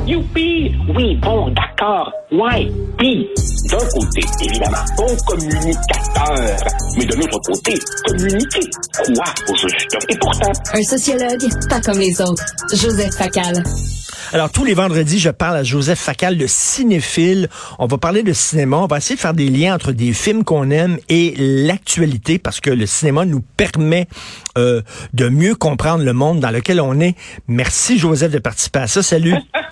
Youpi! Oui, bon, d'accord. Ouais. Puis, d'un côté, évidemment, bon communicateur. Mais de l'autre côté, communiquer quoi au juste? Et pourtant... Un sociologue, pas comme les autres. Joseph Facal. Alors, tous les vendredis, je parle à Joseph Facal, le cinéphile. On va parler de cinéma. On va essayer de faire des liens entre des films qu'on aime et l'actualité, parce que le cinéma nous permet de mieux comprendre le monde dans lequel on est. Merci, Joseph, de participer à ça. Salut.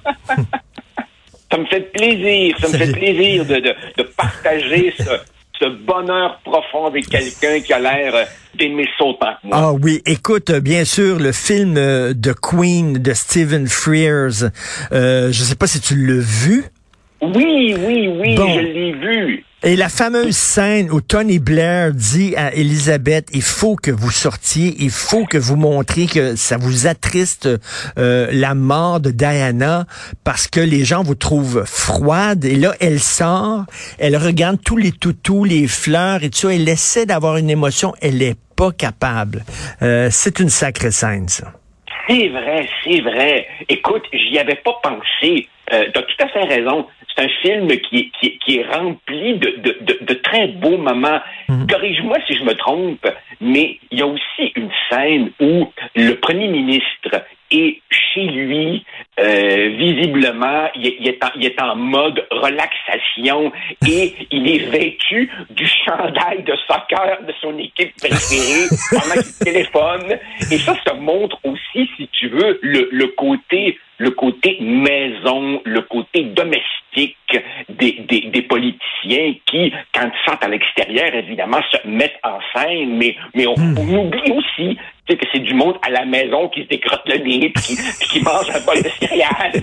Ça me fait plaisir. Ça me fait plaisir de partager ce bonheur profond avec quelqu'un qui a l'air d'aimer ça autant que moi. Ah oui, écoute, bien sûr, le film de Queen de Stephen Frears. Je sais pas si tu l'as vu. Oui, bon. Je l'ai vu. Et la fameuse scène où Tony Blair dit à Elizabeth, il faut que vous sortiez, il faut que vous montriez que ça vous attriste la mort de Diana parce que les gens vous trouvent froide. Et là, elle sort, elle regarde tous les toutous, les fleurs et tout ça. Elle essaie d'avoir une émotion, elle est pas capable. C'est une sacrée scène, ça. C'est vrai. Écoute, j'y avais pas pensé. T'as tout à fait raison. C'est un film qui est rempli de très beaux moments. Corrige-moi si je me trompe, mais il y a aussi une scène où le premier ministre est chez lui, visiblement, il est en mode relaxation et il est vêtu du chandail de soccer de son équipe préférée pendant qu'il téléphone. Et ça montre aussi, si tu veux, le côté maison, le côté domestique des politiciens qui, quand ils sortent à l'extérieur, évidemment, se mettent en scène, mais on oublie aussi que c'est du monde à la maison qui se décrotte le nez puis qui mange un bol de céréales.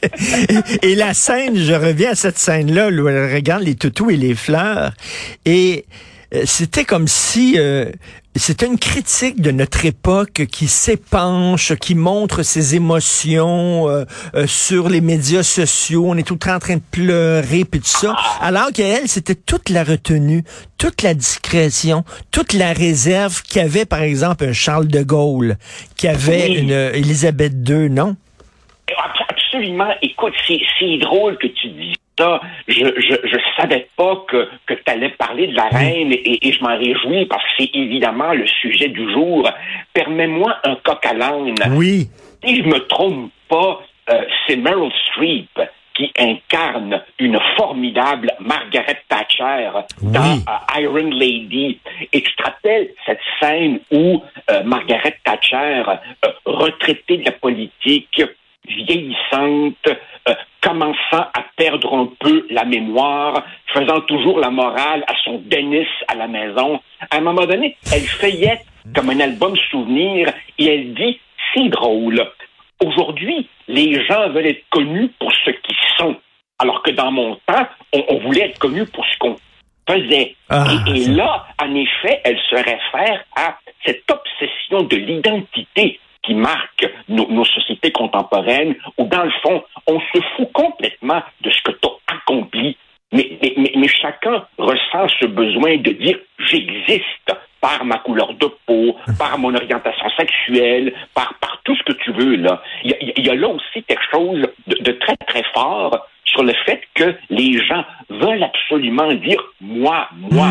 Et la scène, je reviens à cette scène-là où elle regarde les toutous et les fleurs, et c'était comme si c'était une critique de notre époque qui s'épanche, qui montre ses émotions sur les médias sociaux. On est tout le temps en train de pleurer puis tout ça. Alors qu'elle, c'était toute la retenue, toute la discrétion, toute la réserve qu'avait, par exemple, un Charles de Gaulle, qu'avait une Élisabeth II, non? Absolument. Écoute, c'est drôle que tu dis ça. Je savais pas que tu allais parler de la reine et je m'en réjouis parce que c'est évidemment le sujet du jour. Permets-moi un coq à l'âne. Oui. Si je me trompe pas, c'est Meryl Streep qui incarne une formidable Margaret Thatcher dans Iron Lady. Et tu te rappelles cette scène où Margaret Thatcher, retraitée de la politique, vieillissante, commençant à perdre un peu la mémoire, faisant toujours la morale à son Dennis à la maison. À un moment donné, elle feuillette comme un album souvenir et elle dit « C'est drôle. Aujourd'hui, les gens veulent être connus pour ce qu'ils sont, alors que dans mon temps, on voulait être connus pour ce qu'on faisait. » Et là, en effet, elle se réfère à cette obsession de l'identité qui marque nos sociétés contemporaines, où dans le fond, on se fout complètement de ce que tu as accompli, mais chacun ressent ce besoin de dire « j'existe » par ma couleur de peau, par mon orientation sexuelle, par tout ce que tu veux, là. Il y a là aussi quelque chose de très, très fort sur le fait que les gens veulent absolument dire « moi ».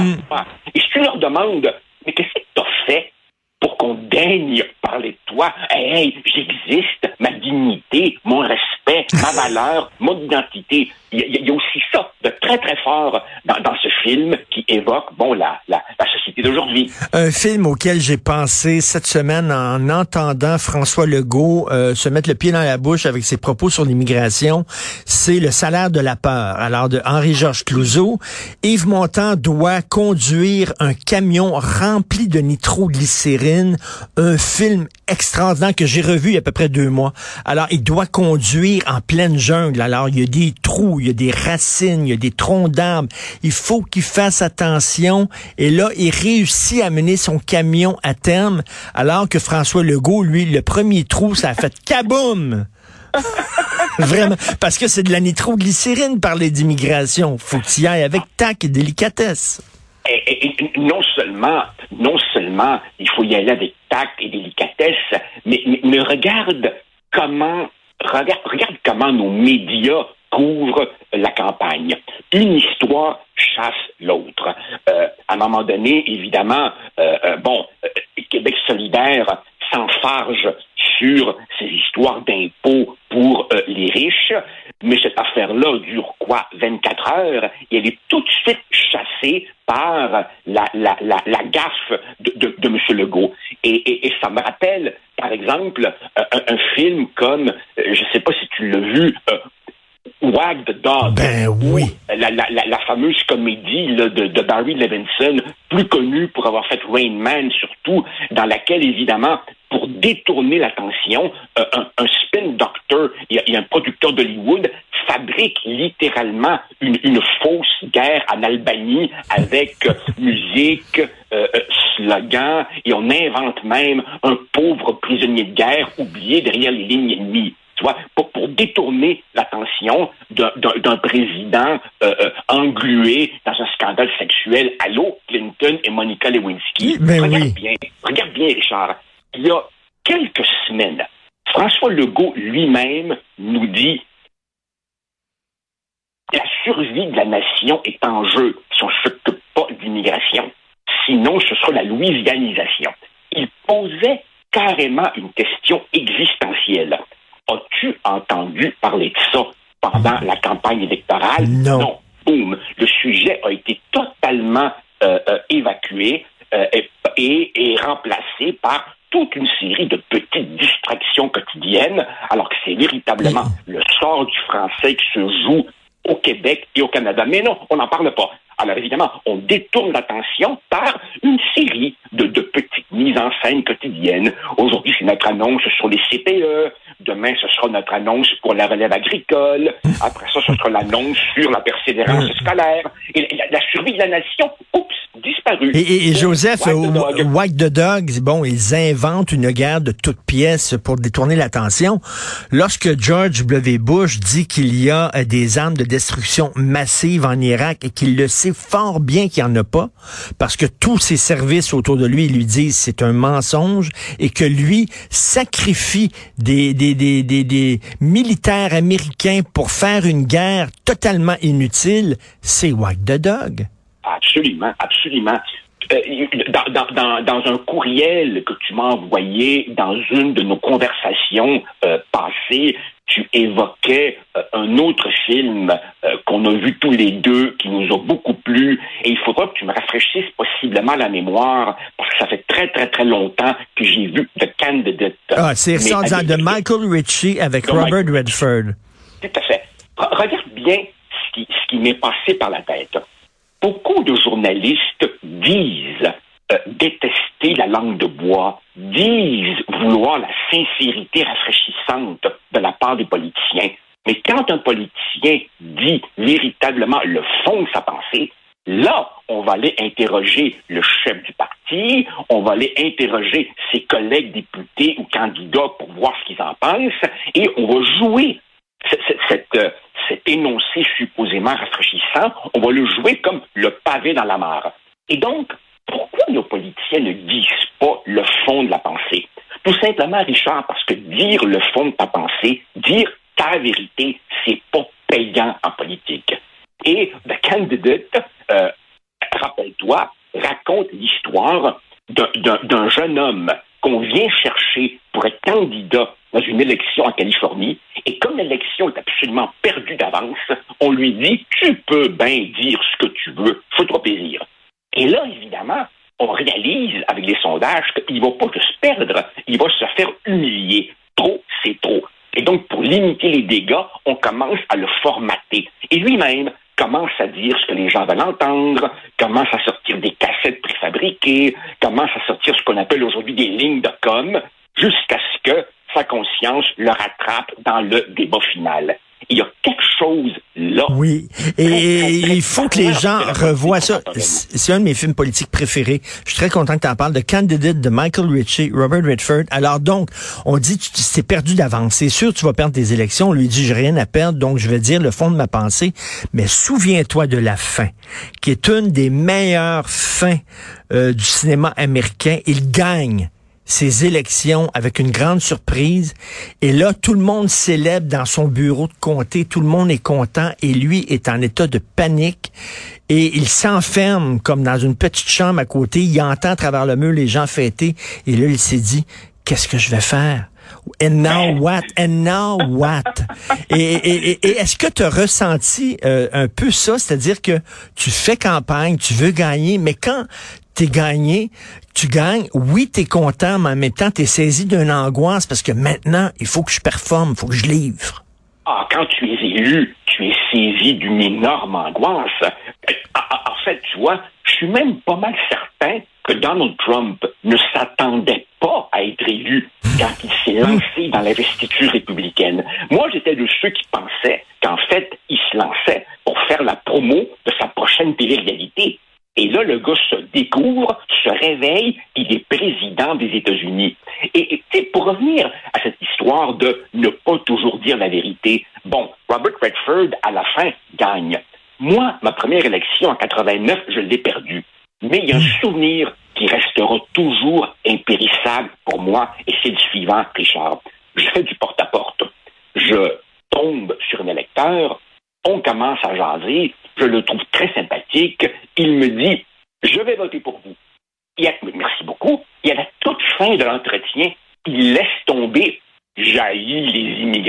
Et si tu leur demandes « mais qu'est-ce que tu as fait pour qu'on daigne parler de toi? Hey, j'existe, ma dignité, mon respect, ma valeur, mon identité. » Il y a aussi ça de très, très fort dans ce film qui évoque, la société d'aujourd'hui. Un film auquel j'ai pensé cette semaine en entendant François Legault se mettre le pied dans la bouche avec ses propos sur l'immigration, c'est Le salaire de la peur. Alors, de Henri-Georges Clouzot, Yves Montand doit conduire un camion rempli de nitroglycérine, un film extraordinaire que j'ai revu il y a à peu près 2 mois. Alors, il doit conduire en pleine jungle. Alors, il y a des trous, il y a des racines, il y a des troncs d'arbres. Il faut qu'il fasse attention. Et là, il réussit à mener son camion à terme, alors que François Legault, lui, le premier trou, ça a fait kaboum! Vraiment. Parce que c'est de la nitroglycérine, parler d'immigration. Faut que tu y ailles avec tact et délicatesse. Et non seulement, il faut y aller avec tact et délicatesse, mais regarde comment regarde comment nos médias couvrent la campagne. Une histoire chasse l'autre. À un moment donné, évidemment, Québec solidaire s'enfarge sur ces histoires d'impôts pour les riches, mais cette affaire-là dure 24 heures, et elle est tout de suite chassée par la gaffe de M. Legault. Et ça me rappelle, par exemple, un film comme, je ne sais pas si tu l'as vu, Wag the Dog. Ben oui. La fameuse comédie là, de Barry Levinson, plus connue pour avoir fait Rain Man surtout, dans laquelle, évidemment, pour détourner l'attention, un spin doctor, il y a un producteur d'Hollywood, fabrique littéralement une fausse guerre en Albanie avec musique, slogan, et on invente même un pauvre prisonnier de guerre oublié derrière les lignes ennemies. Tu vois, pour détourner l'attention d'un président englué dans un scandale sexuel. Allô, Clinton et Monica Lewinsky. Regarde bien, Richard. Il y a quelques semaines, François Legault lui-même nous dit que la survie de la nation est en jeu si on ne s'occupe pas d'immigration. Sinon, ce sera la louisianisation. Il posait carrément une question existentielle. As-tu entendu parler de ça pendant la campagne électorale? Non. Boum. Le sujet a été totalement évacué et remplacé par toute une série de petites distractions quotidiennes, alors que c'est véritablement le sort du français qui se joue au Québec et au Canada. Mais non, on n'en parle pas. Alors évidemment, on détourne l'attention par une série de petites mises en scène quotidiennes. Aujourd'hui, c'est notre annonce sur les CPE. Demain, ce sera notre annonce pour la relève agricole. Après ça, ce sera l'annonce sur la persévérance scolaire. Et la survie de la nation, disparu. Et Joseph, Wag the Dog, bon, ils inventent une guerre de toutes pièces pour détourner l'attention. Lorsque George W. Bush dit qu'il y a des armes de destruction massive en Irak et qu'il le sait fort bien qu'il n'y en a pas, parce que tous ses services autour de lui lui disent c'est un mensonge et que lui sacrifie des militaires américains pour faire une guerre totalement inutile, c'est Wag the Dog. Absolument, absolument. Dans un courriel que tu m'as envoyé dans une de nos conversations passées, tu évoquais un autre film qu'on a vu tous les deux, qui nous a beaucoup plu, et il faudra que tu me rafraîchisses possiblement la mémoire, parce que ça fait très, très, très longtemps que j'ai vu The Candidate. C'est ça, de Michael Ritchie avec Robert Redford. Tout à fait. Regarde bien ce qui m'est passé par la tête. Beaucoup de journalistes disent détester la langue de bois, disent vouloir la sincérité rafraîchissante de la part des politiciens. Mais quand un politicien dit véritablement le fond de sa pensée, là, on va aller interroger le chef du parti, on va aller interroger ses collègues députés ou candidats pour voir ce qu'ils en pensent, et on va jouer cet énoncé supposément rafraîchissant, on va le jouer comme le pavé dans la mare. Et donc, pourquoi nos politiciens ne disent pas le fond de la pensée? Tout simplement, Richard, parce que dire le fond de ta pensée, dire ta vérité, c'est pas payant en politique. Et The Candidate, rappelle-toi, raconte l'histoire d'un jeune homme qu'on vient chercher pour être candidat dans une élection en Californie, et comme l'élection est absolument perdue d'avance, on lui dit « Tu peux bien dire ce que tu veux, fais-toi plaisir ». Et là, évidemment, on réalise avec les sondages qu'il ne va pas juste perdre, il va se faire humilier. Trop, c'est trop. Et donc, pour limiter les dégâts, on commence à le formater. Et lui-même commence à dire ce que les gens veulent entendre, commence à sortir des cassettes préfabriquées, commence à sortir ce qu'on appelle aujourd'hui des lignes de com', jusqu'à ce que sa conscience le rattrape dans le débat final. Il y a quelque chose là. Oui, et il faut que les gens revoient ça. C'est un de mes films politiques préférés. Je suis très content que tu en parles. The Candidate de Michael Ritchie, Robert Redford. Alors donc, on dit tu t'es perdu d'avance. C'est sûr tu vas perdre tes élections. On lui dit j'ai rien à perdre, donc je vais dire le fond de ma pensée. Mais souviens-toi de la fin, qui est une des meilleures fins du cinéma américain. Il gagne. ses élections avec une grande surprise. Et là, tout le monde célèbre dans son bureau de comté. Tout le monde est content et lui est en état de panique. Et il s'enferme comme dans une petite chambre à côté. Il entend à travers le mur les gens fêter. Et là, il s'est dit, qu'est-ce que je vais faire? And now what? And now what? Et est-ce que tu as ressenti un peu ça? C'est-à-dire que tu fais campagne, tu veux gagner, mais quand t'es gagné, tu gagnes, oui, t'es content, mais en même temps, t'es saisi d'une angoisse parce que maintenant, il faut que je performe, il faut que je livre. Ah, quand tu es élu, tu es saisi d'une énorme angoisse. En fait, tu vois, je suis même pas mal certain que Donald Trump ne s'attendait pas à être élu quand il s'est lancé dans l'investiture républicaine. Moi, j'étais de ceux qui pensaient qu'en fait, il se lançait pour faire la promo de sa prochaine télé-réalité. Et là, le gars se découvre, se réveille, il est président des États-Unis. Et pour revenir à cette histoire de ne pas toujours dire la vérité, bon, Robert Redford, à la fin, gagne. Moi, ma première élection en 89, je l'ai perdue. Mais il y a un souvenir qui restera toujours impérissable pour moi, et c'est le suivant, Richard. Je fais du porte-à-porte. Je tombe sur un électeur, on commence à jaser, je le trouve très sympathique, il me dit « Je vais voter pour vous ». Merci beaucoup. Et à la toute fin de l'entretien, il laisse tomber « J'haïs les immigrants ».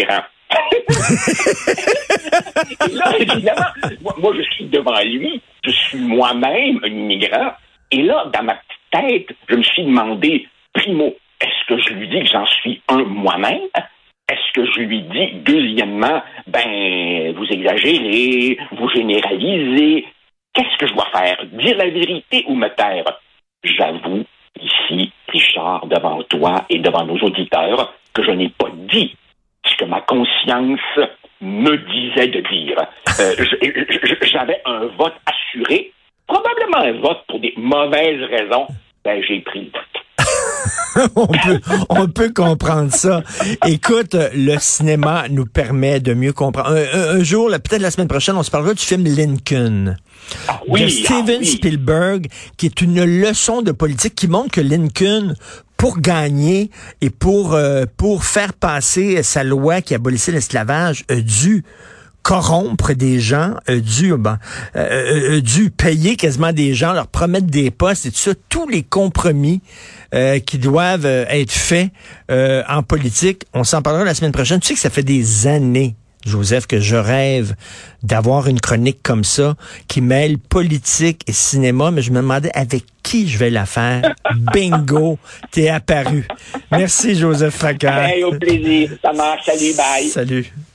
Et là, évidemment, moi, je suis devant lui, je suis moi-même un immigrant, et là, dans ma petite tête, je me suis demandé, primo, est-ce que je lui dis que j'en suis un moi-même? Est-ce que je lui dis, deuxièmement, vous exagérez, vous généralisez, qu'est-ce que je dois faire? Dire la vérité ou me taire? J'avoue, ici, Richard, devant toi et devant nos auditeurs, que je n'ai pas dit ce que ma conscience me disait de dire. J'avais un vote assuré, probablement un vote pour des mauvaises raisons. J'ai pris le vote. on peut comprendre ça. Écoute, le cinéma nous permet de mieux comprendre. Un jour, peut-être la semaine prochaine, on se parlera du film Lincoln. De Steven Spielberg, qui est une leçon de politique qui montre que Lincoln, pour gagner et pour faire passer sa loi qui abolissait l'esclavage, a dû corrompre des gens, a dû payer quasiment des gens, leur promettre des postes et tout ça, tous les compromis qui doivent être faits en politique. On s'en parlera la semaine prochaine. Tu sais que ça fait des années, Joseph, que je rêve d'avoir une chronique comme ça qui mêle politique et cinéma, mais je me demandais avec qui je vais la faire. Bingo, t'es apparu. Merci, Joseph Facal. Hey, au plaisir. Ça marche. Salut, bye. Salut.